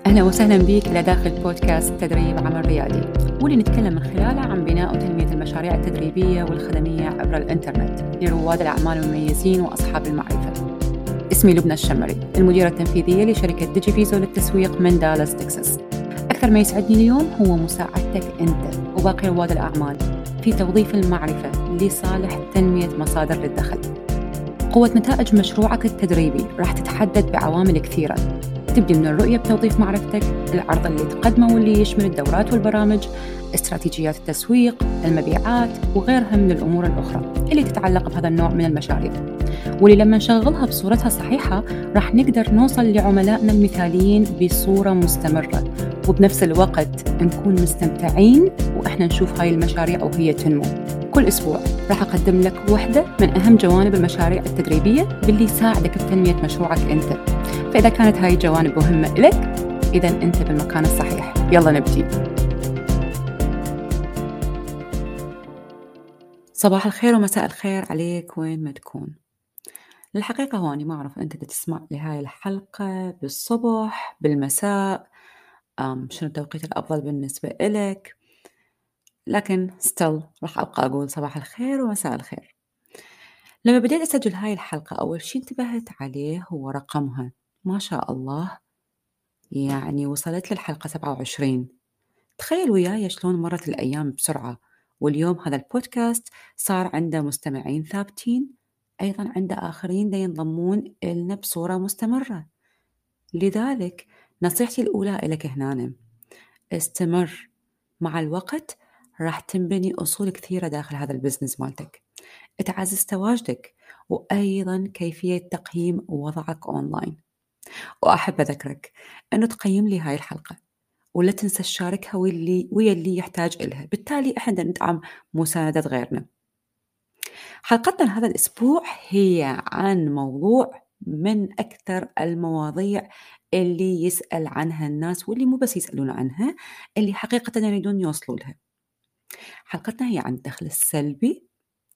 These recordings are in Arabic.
أهلا وسهلا بك إلى داخل بودكاست تدريب عمل ريادي، واللي نتكلم من خلاله عن بناء وتنمية المشاريع التدريبية والخدمية عبر الإنترنت لرواد الأعمال المميزين وأصحاب المعرفة. اسمي لبنى الشمري، المديرة التنفيذية لشركة ديجيفيزو للتسويق من دالاس تكساس. أكثر ما يسعدني اليوم هو مساعدتك أنت وباقي رواد الأعمال في توظيف المعرفة لصالح تنمية مصادر للدخل. قوة نتائج مشروعك التدريبي راح تتحدد بعوامل كثيرة، تبدي من الرؤية بتوظيف معرفتك، العرض اللي تقدمه واللي يشمل الدورات والبرامج، استراتيجيات التسويق، المبيعات وغيرها من الأمور الأخرى اللي تتعلق بهذا النوع من المشاريع، واللي لما نشغلها بصورتها الصحيحة راح نقدر نوصل لعملائنا المثاليين بصورة مستمرة، وبنفس الوقت نكون مستمتعين وإحنا نشوف هاي المشاريع وهي تنمو. كل أسبوع راح أقدم لك واحدة من أهم جوانب المشاريع التدريبية باللي يساعدك بتنمية مشروعك أنت. فإذا كانت هاي الجوانب مهمة إلك، إذن أنت بالمكان الصحيح. يلا نبدي. صباح الخير ومساء الخير عليك وين ما تكون. الحقيقة هو أني ما أعرف أنت تسمع لهاي الحلقة بالصبح بالمساء، شنو التوقيت الأفضل بالنسبة إلك، لكن still راح أبقى أقول صباح الخير ومساء الخير. لما بديت أسجل هاي الحلقة أول شي انتبهت عليه هو رقمها، ما شاء الله، يعني وصلت للحلقة 27. تخيل وياي شلون مرت الأيام بسرعة، واليوم هذا البودكاست صار عنده مستمعين ثابتين، أيضا عنده آخرين دا ينضمون إلنا بصورة مستمرة. لذلك نصيحتي الأولى إلك هنا، استمر. مع الوقت راح تنبني أصول كثيرة داخل هذا البزنس مالتك، تعزز تواجدك، وأيضا كيفية تقييم وضعك أونلاين. وأحب أذكرك أنه تقيم لي هاي الحلقة، ولا تنسى تشاركها ويا اللي يحتاج إلها، بالتالي إحنا ندعم مساندة غيرنا. حلقتنا هذا الأسبوع هي عن موضوع من أكثر المواضيع اللي يسأل عنها الناس، واللي مو بس يسألون عنها، اللي حقيقة يريدون يوصلوا لها. حلقتنا هي عن الدخل السلبي،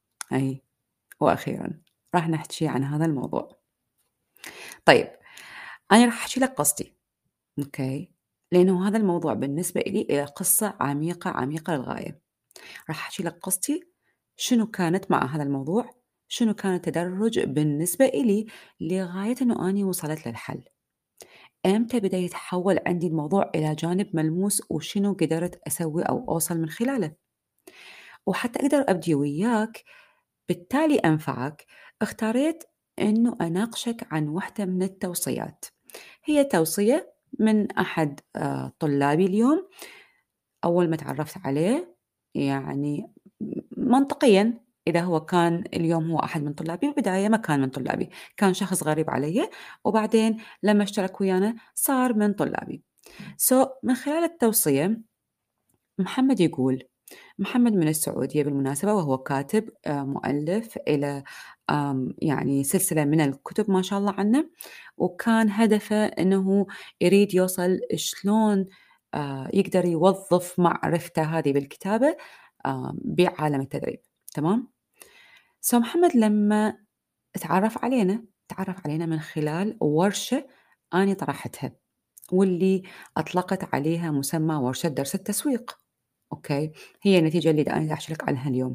وأخيرا راح نحكي عن هذا الموضوع. طيب، أنا راح أحكي لك قصتي، أوكي؟ لأنه هذا الموضوع بالنسبة إلي قصة عميقة للغاية. راح أحكي لك قصتي شنو كانت مع هذا الموضوع، شنو كان التدرج بالنسبة إلي لغاية أنه أني وصلت للحل، أمتى بدأ يتحول عندي الموضوع إلى جانب ملموس، وشنو قدرت أسوي أو أوصل من خلاله. وحتى أقدر أبدي وياك بالتالي أنفعك، اختاريت أنه أناقشك عن واحدة من التوصيات. هي توصية من أحد طلابي اليوم. أول ما تعرفت عليه، يعني منطقيا إذا هو كان اليوم هو أحد من طلابي، بالبداية ما كان من طلابي، كان شخص غريب علي، وبعدين لما اشترك ويانا صار من طلابي. من خلال التوصية، محمد يقول، محمد من السعودية بالمناسبة، وهو كاتب مؤلف إلى يعني سلسلة من الكتب ما شاء الله عنه، وكان هدفه أنه يريد يوصل شلون يقدر يوظف معرفته هذه بالكتابة بعالم التدريب. تمام؟ محمد لما تعرف علينا من خلال ورشة أنا طرحتها، واللي أطلقت عليها مسمى ورشة درس التسويق. أوكي، هي النتيجة اللي أنا أحكي عنها اليوم.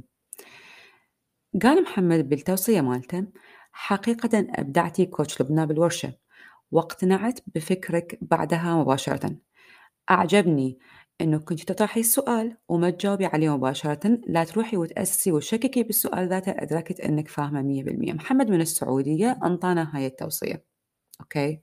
قال محمد بالتوصية مالته، حقيقة أبدعتي كوتش لبنى بالورشة، واقتنعت بفكرك بعدها مباشرة. أعجبني أنه كنت تطرحي السؤال وما تجاوبي عليه مباشرة، لا تروحي وتأسسي وتشككي بالسؤال ذاته. أدركت أنك فاهمة 100%. محمد من السعودية أنطانا هاي التوصية. أوكي،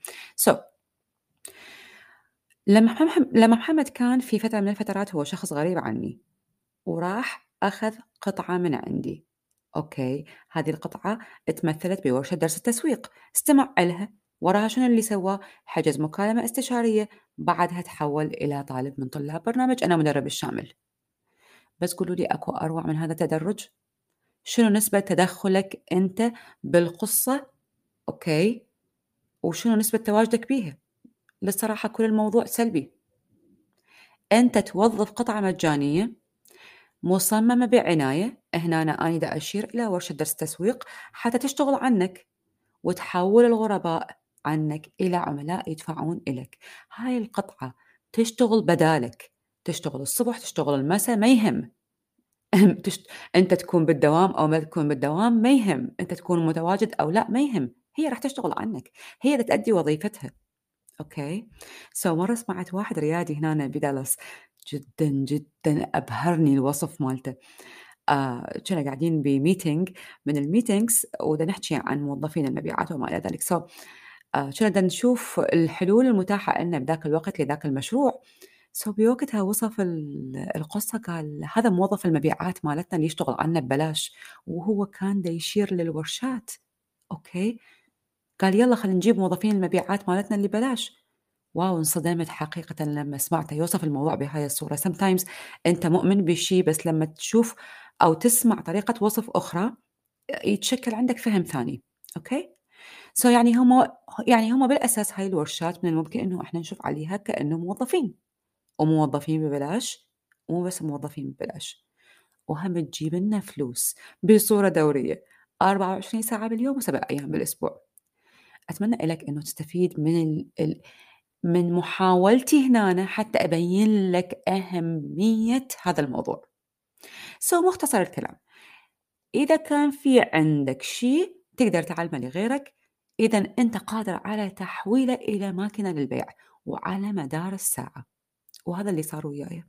لما محمد كان في فترة من الفترات هو شخص غريب عني، وراح أخذ قطعة من عندي. أوكي، هذه القطعة اتمثلت بورشة درس التسويق، استمع لها، وراها شنو اللي سواه؟ حجز مكالمة استشارية، بعدها تحول إلى طالب من طلاب برنامج أنا مدرب الشامل. بس قولوا لي، أكو أروع من هذا التدرج؟ شنو نسبة تدخلك أنت بالقصة؟ أوكي، وشنو نسبة تواجدك بيها؟ للصراحة كل الموضوع سلبي. أنت توظف قطعة مجانية مصممة بعناية، هنا أنا دا أشير إلى ورشة درس تسويق، حتى تشتغل عنك وتحول الغرباء عنك إلى عملاء يدفعون إلك. هاي القطعة تشتغل بدالك، تشتغل الصبح، تشتغل المساء، ما يهم. أنت تكون بالدوام أو ما تكون بالدوام ما يهم، أنت تكون متواجد أو لأ ما يهم، هي راح تشتغل عنك، هي اللي تأدي وظيفتها. أوكي. مرة سمعت واحد ريادي هنا بدالاس جدا جدا أبهرني الوصف مالته. كنا قاعدين بميتينج من الميتينجز ودا نحكي عن موظفين المبيعات وما إلى ذلك. كنا دا نشوف الحلول المتاحة لنا بذاك الوقت لذاك المشروع. بوقتها وصف القصة قال هذا موظف المبيعات مالتنا اللي يشتغل عنا ببلاش، وهو كان دا يشير للورشات. أوكي. قال يلا خلينا نجيب موظفين المبيعات مالتنا اللي بلاش. واو، انصدمت حقيقة لما سمعته يوصف الموضوع بهاي الصورة. sometimes أنت مؤمن بشي بس لما تشوف أو تسمع طريقة وصف أخرى يتشكل عندك فهم ثاني. أوكي. يعني هم بالأساس هاي الورشات من الممكن إنه إحنا نشوف عليها كأنه موظفين، وموظفين ببلاش، ومو بس موظفين ببلاش، وهم تجيب لنا فلوس بصورة دورية 24 ساعة باليوم و7 أيام بالأسبوع. أتمنى إلك إنه تستفيد من محاولتي هنا حتى أبين لك أهمية هذا الموضوع. مختصر الكلام، إذا كان في عندك شيء تقدر تعلمه لغيرك، إذا أنت قادر على تحويله إلى ماكينة للبيع وعلى مدار الساعة. وهذا اللي صار وياي.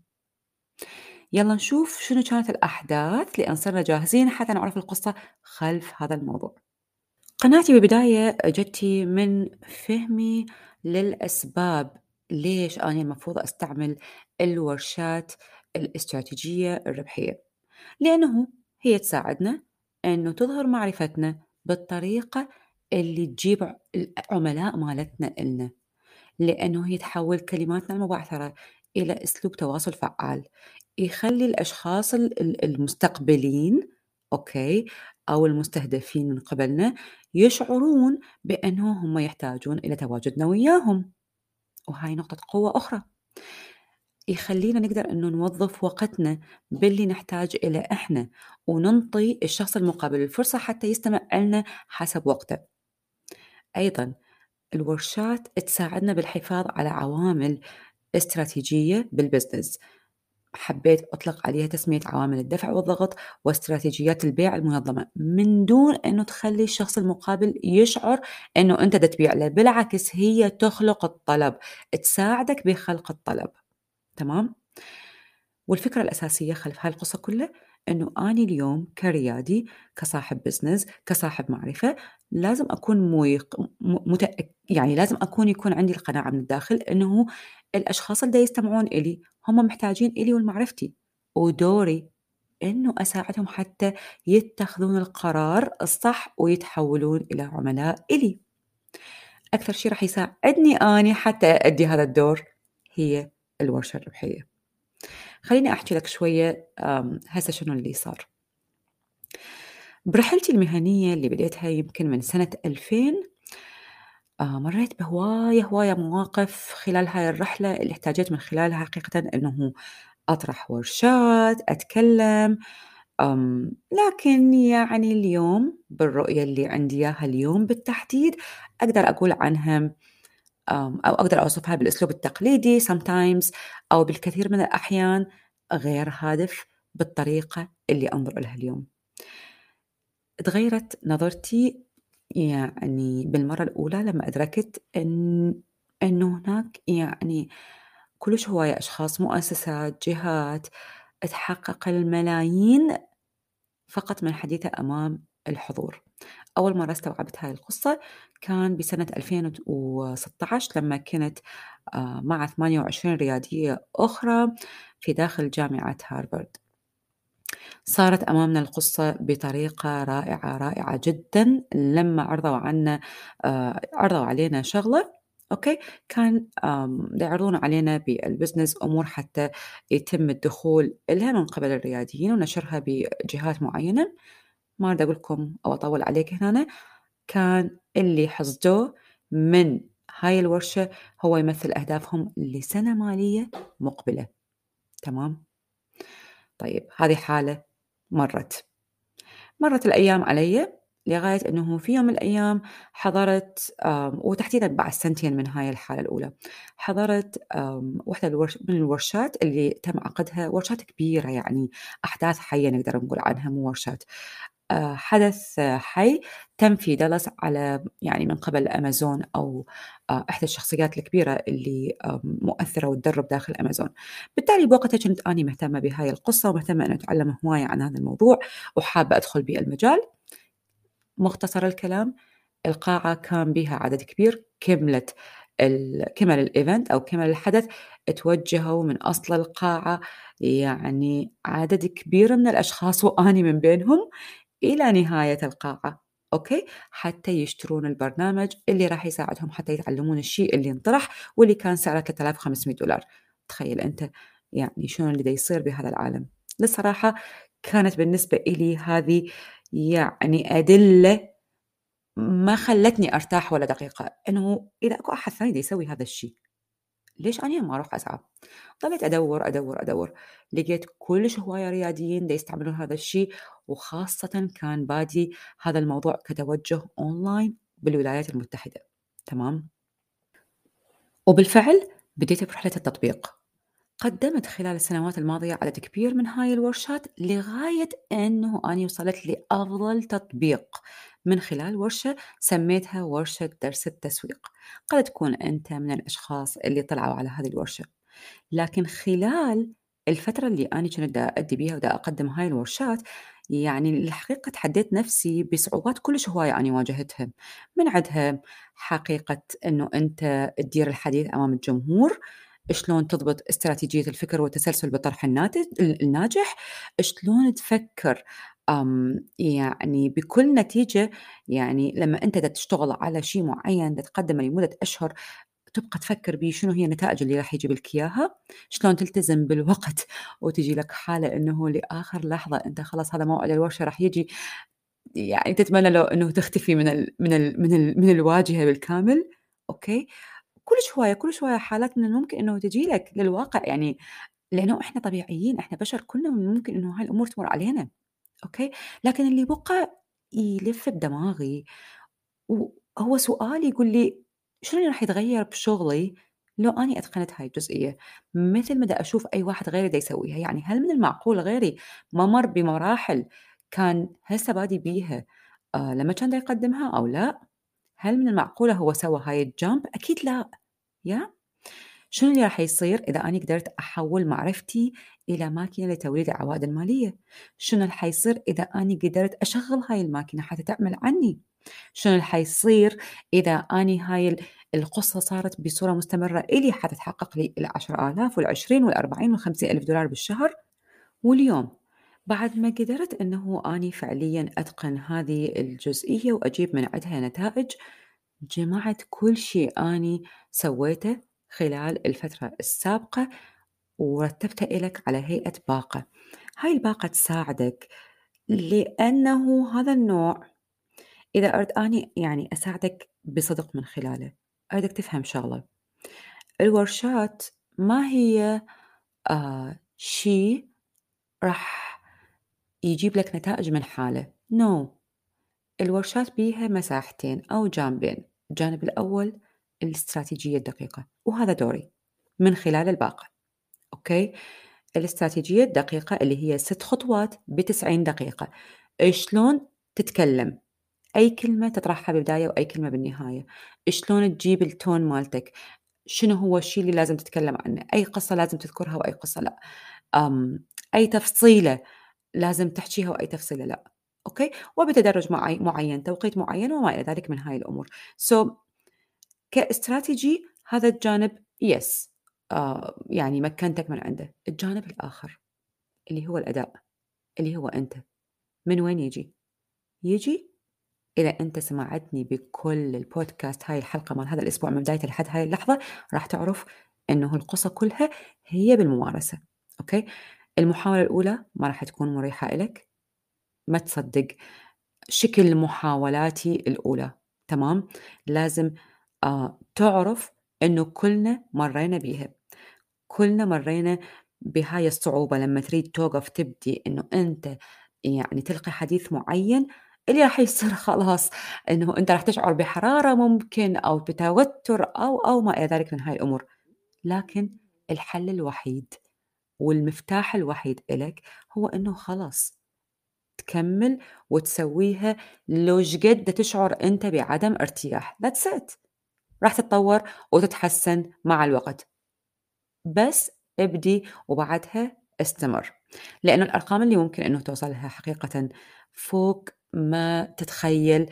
يلا نشوف شنو كانت الأحداث لأن صرنا جاهزين حتى نعرف القصة خلف هذا الموضوع. قناعتي بالبداية جتي من فهمي للأسباب ليش أنا المفروض أستعمل الورشات الاستراتيجية الربحية، لأنه هي تساعدنا أنه تظهر معرفتنا بالطريقة اللي تجيب العملاء مالتنا إلنا، لأنه هي تحول كلماتنا المبعثرة إلى أسلوب تواصل فعال يخلي الأشخاص المستقبلين أوكي أو المستهدفين من قبلنا يشعرون بأنه هم يحتاجون إلى تواجدنا وياهم. وهاي نقطة قوة أخرى يخلينا نقدر أنه نوظف وقتنا باللي نحتاج إلى إحنا، وننطي الشخص المقابل الفرصة حتى يستمع لنا حسب وقته. أيضا الورشات تساعدنا بالحفاظ على عوامل استراتيجية بالبزنس، حبيت أطلق عليها تسمية عوامل الدفع والضغط واستراتيجيات البيع المنظمة، من دون أنه تخلي الشخص المقابل يشعر أنه أنت تبيع له، بالعكس هي تخلق الطلب، تساعدك بخلق الطلب. تمام؟ والفكرة الأساسية خلف هاي القصة كلها أنه أنا اليوم كريادي، كصاحب بزنس، كصاحب معرفة، لازم أكون يعني لازم يكون عندي القناعة من الداخل أنه الأشخاص اللي يستمعون إلي هم محتاجين إلي والمعرفتي، ودوري أنه أساعدهم حتى يتخذون القرار الصح ويتحولون إلى عملاء إلي. أكثر شيء راح يساعدني أنا حتى أدي هذا الدور هي الورشة الربحية. خليني أحكي لك شوية هسه شنو اللي صار برحلتي المهنية اللي بديتها يمكن من سنة 2000. مريت بهواية مواقف خلال هاي الرحلة اللي احتاجت من خلالها حقيقة أنه أطرح ورشات، أتكلم. لكن يعني اليوم بالرؤية اللي عندي إياها اليوم بالتحديد أقدر أقول عنها أو أقدر أوصفها بالأسلوب التقليدي sometimes، أو بالكثير من الأحيان غير هادف بالطريقة اللي أنظر لها اليوم. تغيرت نظرتي يعني بالمرة الأولى لما أدركت أنه هناك يعني كلش هواية أشخاص، مؤسسات، جهات تحقق الملايين فقط من حديثها أمام الحضور. أول مرة استوعبت هاي القصة كان بسنة 2016 لما كنت مع 28 ريادية أخرى في داخل جامعة هارفارد. صارت أمامنا القصة بطريقة رائعة جدا لما عرضوا علينا شغلة. أوكي، كان يعرضون علينا بالبزنس أمور حتى يتم الدخول لها من قبل الرياديين ونشرها بجهات معينة. ما أريد أقول لكم أو أطول عليك هنا، كان اللي حصدوه من هاي الورشة هو يمثل أهدافهم لسنة مالية مقبلة. تمام؟ طيب هذه حالة مرت الأيام علي، لغاية إنه في يوم من الأيام حضرت وتحديدًا بعد سنتين من هاي الحالة الأولى، حضرت واحدة من الورشات اللي تم عقدها، ورشات كبيرة يعني أحداث حية نقدر نقول عنها مو ورشات. حدث حي تم في دالاس على يعني من قبل أمازون أو إحدى الشخصيات الكبيرة اللي مؤثرة وتدرّب داخل أمازون. بالتالي بوقتها كنت أني مهتمة بهاي القصة ومهتمة إن أتعلم هواية عن هذا الموضوع وحابة أدخل بالمجال. مختصر الكلام، القاعة كان بيها عدد كبير، كمل الevent أو كمل الحدث، اتوجّهوا من أصل القاعة يعني عدد كبير من الأشخاص وأني من بينهم إلى نهاية القاعة، أوكي، حتى يشترون البرنامج اللي راح يساعدهم حتى يتعلمون الشيء اللي انطرح واللي كان سعره $3500. تخيل أنت يعني شنو اللي دا يصير بهذا العالم. للصراحة كانت بالنسبة إلي هذه يعني أدلة ما خلّتني أرتاح ولا دقيقة، إنه إذا أكو أحد ثاني دا يسوي هذا الشي، ليش أني ما أروح أسعى؟ ضليت أدوّر، أدوّر، أدوّر، لقيت كلش هواية رياديين دا يستعملون هذا الشي، وخاصةً كان بادي هذا الموضوع كتوجُّه أونلاين بالولايات المتحدة، تمام؟ وبالفعل بديت برحلة التطبيق. قدّمت خلال السنوات الماضية عدد كبير من هاي الورشات، لغاية إنه أني وصلت لأفضل تطبيق من خلال ورشة سميتها ورشة درس التسويق. قد تكون أنت من الأشخاص اللي طلعوا على هذه الورشة. لكن خلال الفترة اللي أنا كنت دا أدّي بيها ودا أقدّم هاي الورشات، يعني الحقيقة تحدّيت نفسي بصعوبات كلش هواية أنا واجهتها، من عدها حقيقة إنه أنت تدير الحديث أمام الجمهور، شلون تضبط استراتيجية الفكر والتسلسل بالطرح الناجح، شلون تفكّر يعني بكل نتيجة. يعني لمّا أنت دا تشتغل على شي معيّن دا تقدّمه لمدة أشهر تبقى تفكّر بيه شنو هي النتائج اللي راح يجيب لك إياها، شلون تلتزم بالوقت وتجي لك حالة إنه لآخر لحظة أنت خلاص هذا موعد الورشة راح يجي، يعني تتمنى لو إنه تختفي من الواجهة بالكامل، أوكي، كل شوية حالات من الممكن إنه تجي لك للواقع يعني، لإنه إحنا طبيعيين، إحنا بشر كلنا من الممكن إنه هاي الأمور تمر علينا، أوكي، لكن اللي بقى يلف بدماغي وهو سؤال يقول لي شنو اللي راح يتغير بشغلي لو أني أتقنت هاي الجزئية مثل ما دا أشوف أي واحد غيري دا يسويها؟ يعني هل من المعقول غيري ما مر بمراحل كان هسه بادي بيها لما كان دا يقدمها أو لا؟ هل من المعقولة هو سوى هاي الجامب؟ أكيد لا. يا شنو اللي راح يصير إذا أنا قدرت أحول معرفتي إلى ماكينة لتوليد العوائد المالية؟ شنو اللي حيصير إذا أنا قدرت أشغل هاي الماكينة حتى تعمل عني؟ شنو اللي حيصير إذا أني هاي القصة صارت بصورة مستمرة إلي حتى تحقق لي ال10,000 وال20 وال40 وال50,000$ بالشهر؟ واليوم بعد ما قدرت إنه أني فعليًا أتقن هذه الجزئية وأجيب من عندها نتائج، جمعت كل شيء أني سويته خلال الفترة السابقة ورتبته إلك على هيئة باقة. هاي الباقة تساعدك لأنه هذا النوع، إذا أردت أني يعني أساعدك بصدق من خلاله، أريدك تفهم شغلة، الورشات ما هي شي راح يجيب لك نتائج من حاله، no. الورشات بيها مساحتين أو جانبين، الجانب الأول الاستراتيجية الدقيقة وهذا دوري من خلال الباقة، أوكي؟ الاستراتيجية الدقيقة اللي هي 6 خطوات ب90 دقيقة، شلون تتكلم، أي كلمة تطرحها بالبداية وأي كلمة بالنهاية، شلون تجيب التون مالتك، شنو هو الشيء اللي لازم تتكلم عنه، أي قصة لازم تذكرها وأي قصة لأ، أي تفصيلة لازم تحكيها وأي تفصيلة لأ، أوكي، وبتدرج معين، توقيت معين وما إلى ذلك من هاي الأمور. كاستراتيجي هذا الجانب yes يعني مكنتك من عنده. الجانب الآخر اللي هو الأداء، اللي هو أنت، من وين يجي؟ يجي إذا أنت سمعتني بكل البودكاست هاي الحلقة مال هذا الأسبوع من بداية لحد هاي اللحظة راح تعرف إنه القصة كلها هي بالممارسة، أوكي؟ المحاولة الأولى ما راح تكون مريحة إلك، ما تصدق شكل محاولاتي الأولى، تمام؟ لازم تعرف إنه كلنا مرينا بيها، كلنا مرينا بهاي الصعوبة لما تريد توقف تبدي إنه أنت يعني تلقي حديث معين اللي راح يصير خلاص إنه أنت راح تشعر بحرارة ممكن أو بتوتر أو ما إلى ذلك من هاي الأمور، لكن الحل الوحيد والمفتاح الوحيد إلك هو إنه خلاص تكمّل وتسويها لو شقد تشعر أنت بعدم ارتياح that's it راح تتطور وتتحسن مع الوقت. بس ابدي وبعدها استمر، لأنه الأرقام اللي ممكن إنه توصل لها حقيقةً فوق ما تتخيل،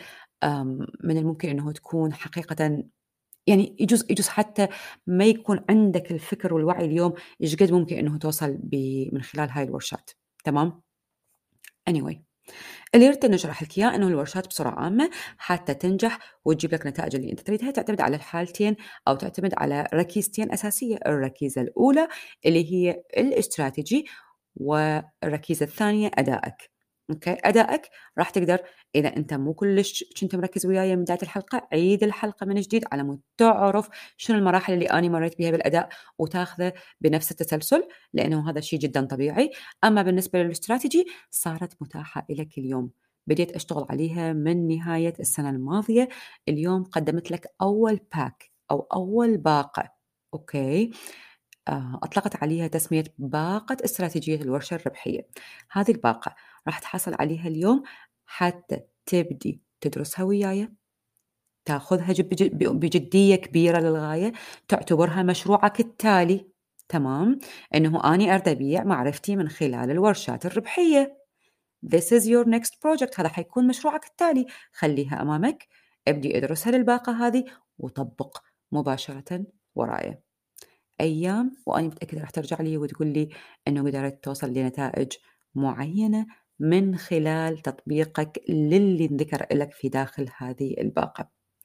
من الممكن إنه تكون حقيقةً يعني يجوز حتى ما يكون عندك الفكر والوعي اليوم إيش قد ممكن إنه توصل من خلال هاي الورشات، تمام؟ anyway اللي أردت إنه أشرح لك إياه إنه الورشات بصورة عامة حتى تنجح وتجيب لك النتائج اللي أنت تريدها تعتمد على الحالتين أو تعتمد على ركيزتين أساسية، الركيزة الأولى اللي هي الاستراتيجي، والركيزة الثانية أدائك. أوكي، أدائك راح تقدر إذا أنت مو كلش كنت مركز وياي من بداية الحلقة عيد الحلقة من جديد على مود تعرف شنو المراحل اللي أنا مريت بها بالأداء وتاخذه بنفس التسلسل، لأنه هذا شيء جدا طبيعي. أما بالنسبة للاستراتيجي صارت متاحة لك اليوم، بديت أشتغل عليها من نهاية السنة الماضية، اليوم قدمت لك أول باك أو أول باقة. أوكي، أطلقت عليها تسمية باقة استراتيجية الورشة الربحية. هذه الباقة راح تحصل عليها اليوم حتى تبدي تدرسها وياي، تاخذها بجدية كبيرة للغاية، تعتبرها مشروعك التالي. تمام، إنه أني أريد أبيع معرفتي من خلال الورشات الربحية. This is your next project، هذا حيكون مشروعك التالي، خليها أمامك، ابدي ادرسها للباقة هذه وطبق مباشرة ورايا. أيام وأنا متأكدة راح ترجع لي وتقول لي إنه قدرت توصل لنتائج معينة من خلال تطبيقك للي انذكر لك في داخل هذه الباقة.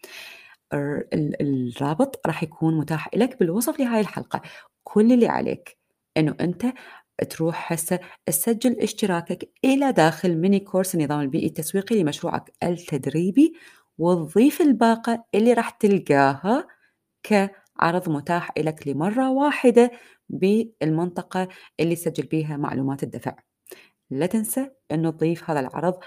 الرابط راح يكون متاح لك بالوصف لهاي الحلقة. كل اللي عليك إنه أنت تروح هسه تسجل اشتراكك إلى داخل ميني كورس النظام البيئي التسويقي لمشروعك التدريبي، وتضيف الباقة اللي راح تلقاها كعرض متاح لك لمرة واحدة بالمنطقة اللي سجل بيها معلومات الدفع. لا تنسى إنه تضيف هذا العرض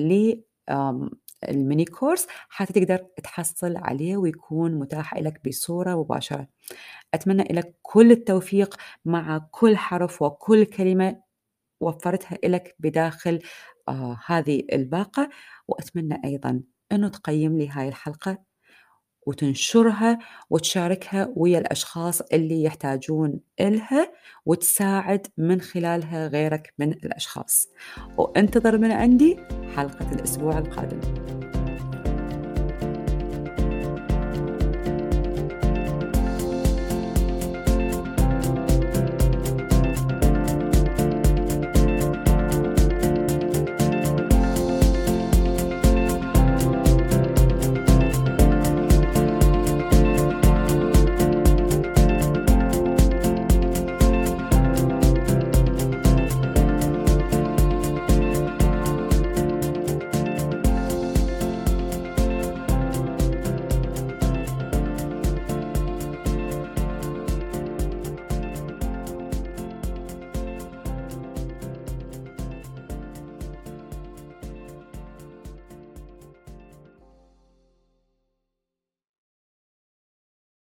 الميني كورس حتى تقدر تحصل عليه ويكون متاح لك بصورة مباشرة. أتمنى لك كل التوفيق مع كل حرف وكل كلمة وفرتها لك بداخل هذه الباقة، وأتمنى أيضا أنه تقيم لي هاي الحلقة وتنشرها وتشاركها ويا الأشخاص اللي يحتاجون إلها وتساعد من خلالها غيرك من الأشخاص. وانتظر من عندي حلقة الأسبوع القادم.